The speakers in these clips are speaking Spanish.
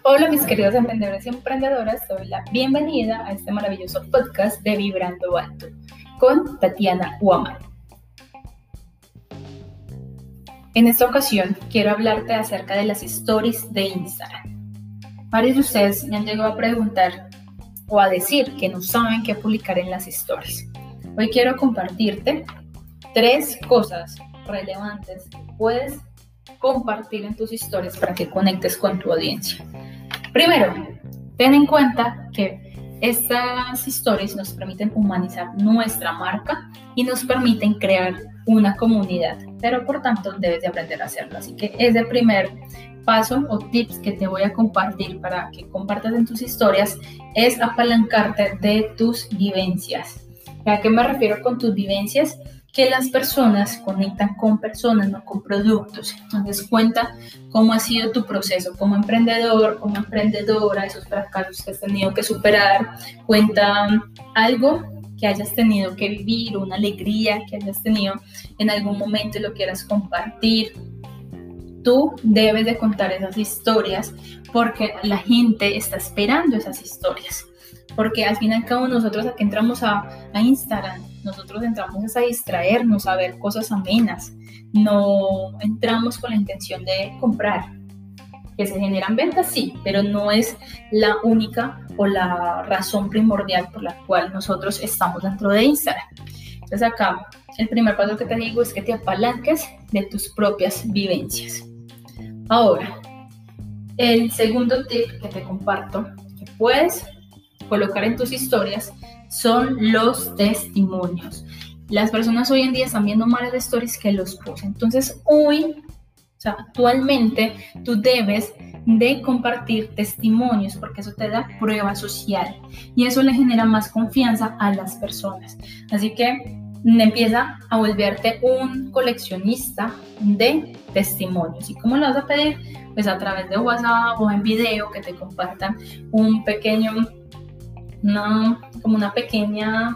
Hola mis queridos emprendedores y emprendedoras, doy la bienvenida a este maravilloso podcast de Vibrando Alto con Tatiana Huamán. En esta ocasión quiero hablarte acerca de las stories de Instagram. Varios de ustedes me han llegado a preguntar o a decir que no saben qué publicar en las stories. Hoy quiero compartirte 3 cosas relevantes que puedes compartir en tus historias para que conectes con tu audiencia. Primero, ten en cuenta que estas historias nos permiten humanizar nuestra marca y nos permiten crear una comunidad, pero por tanto debes de aprender a hacerlo. Así que ese primer paso o tips que te voy a compartir para que compartas en tus historias es apalancarte de tus vivencias. ¿A qué me refiero con tus vivencias? Que las personas conectan con personas, no con productos. Entonces cuenta cómo ha sido tu proceso como emprendedor, como emprendedora, esos fracasos que has tenido que superar. Cuenta algo que hayas tenido que vivir, una alegría que hayas tenido en algún momento y lo quieras compartir. Tú debes de contar esas historias porque la gente está esperando esas historias. Porque al fin y al cabo nosotros aquí entramos a Instagram, nosotros entramos a distraernos, a ver cosas amenas, no entramos con la intención de comprar. Que se generan ventas, sí, pero no es la única o la razón primordial por la cual nosotros estamos dentro de Instagram. Entonces acá el primer paso que te digo es que te apalanques de tus propias vivencias. Ahora, el segundo tip que te comparto, que puedes colocar en tus historias, son los testimonios. Las personas hoy en día están viendo más de stories que los posts. Entonces actualmente tú debes de compartir testimonios porque eso te da prueba social y eso le genera más confianza a las personas. Así que empieza a volverte un coleccionista de testimonios. ¿Y cómo lo vas a pedir? Pues a través de WhatsApp o en video, que te compartan un pequeño como una pequeña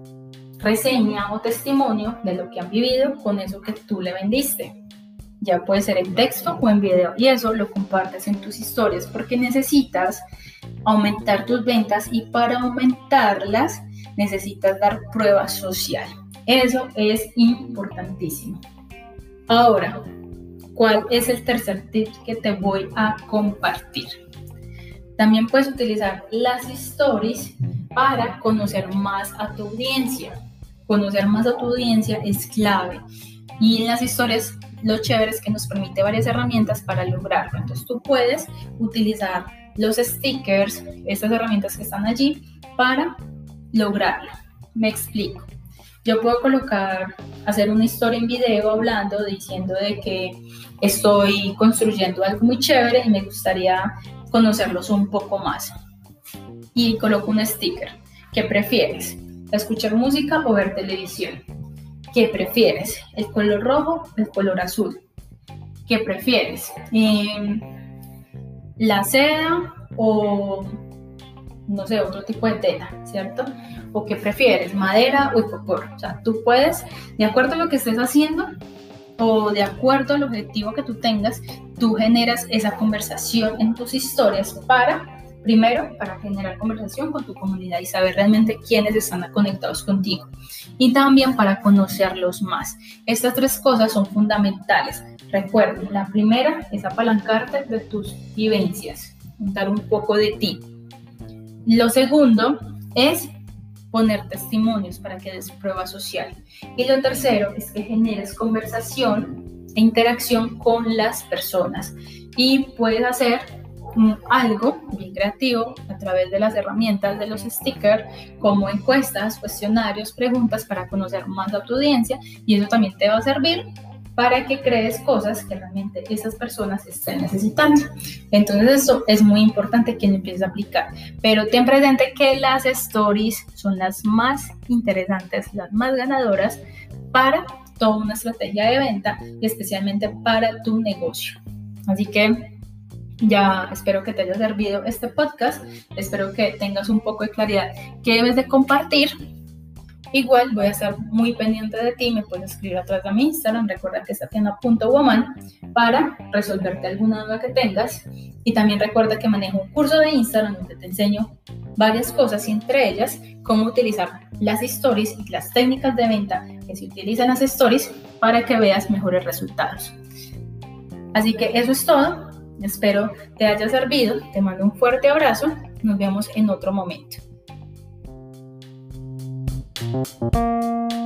reseña o testimonio de lo que han vivido con eso que tú le vendiste. Ya puede ser en texto o en video y eso lo compartes en tus historias porque necesitas aumentar tus ventas y para aumentarlas necesitas dar prueba social. Eso es importantísimo. Ahora, ¿cuál es el tercer tip que te voy a compartir? También puedes utilizar las stories para conocer más a tu audiencia. Conocer más a tu audiencia es clave. Y en las historias lo chévere es que nos permite varias herramientas para lograrlo. Entonces tú puedes utilizar los stickers, estas herramientas que están allí, para lograrlo. Me explico. Yo puedo hacer una historia en video hablando, diciendo de que estoy construyendo algo muy chévere y me gustaría conocerlos un poco más. Y coloco un sticker. ¿Qué prefieres? ¿Escuchar música o ver televisión? ¿Qué prefieres? ¿El color rojo o el color azul? ¿Qué prefieres? ¿La seda o no sé, otro tipo de tela, ¿cierto? ¿O qué prefieres? ¿Madera o icopor? O sea, tú puedes, de acuerdo a lo que estés haciendo o de acuerdo al objetivo que tú tengas, tú generas esa conversación en tus historias primero, para generar conversación con tu comunidad y saber realmente quiénes están conectados contigo. Y también para conocerlos más. Estas 3 cosas son fundamentales. Recuerden, la primera es apalancarte de tus vivencias, contar un poco de ti. Lo segundo es poner testimonios para que des prueba social. Y lo tercero es que generes conversación e interacción con las personas. Y puedes hacer algo bien creativo a través de las herramientas de los stickers, como encuestas, cuestionarios, preguntas para conocer más a tu audiencia, y eso también te va a servir para que crees cosas que realmente esas personas estén necesitando. Entonces eso es muy importante que lo empieces a aplicar, pero ten presente que las stories son las más interesantes, las más ganadoras para toda una estrategia de venta y especialmente para tu negocio. Así que ya espero que te haya servido este podcast, espero que tengas un poco de claridad que debes de compartir Igual voy a estar muy pendiente de ti, me puedes escribir a través de mi Instagram, recuerda que es Tatiana.woman, para resolverte alguna duda que tengas. Y también recuerda que manejo un curso de Instagram donde te enseño varias cosas, y entre ellas cómo utilizar las stories y las técnicas de venta que se utilizan las stories para que veas mejores resultados. Así que eso es todo, espero te haya servido, te mando un fuerte abrazo, nos vemos en otro momento.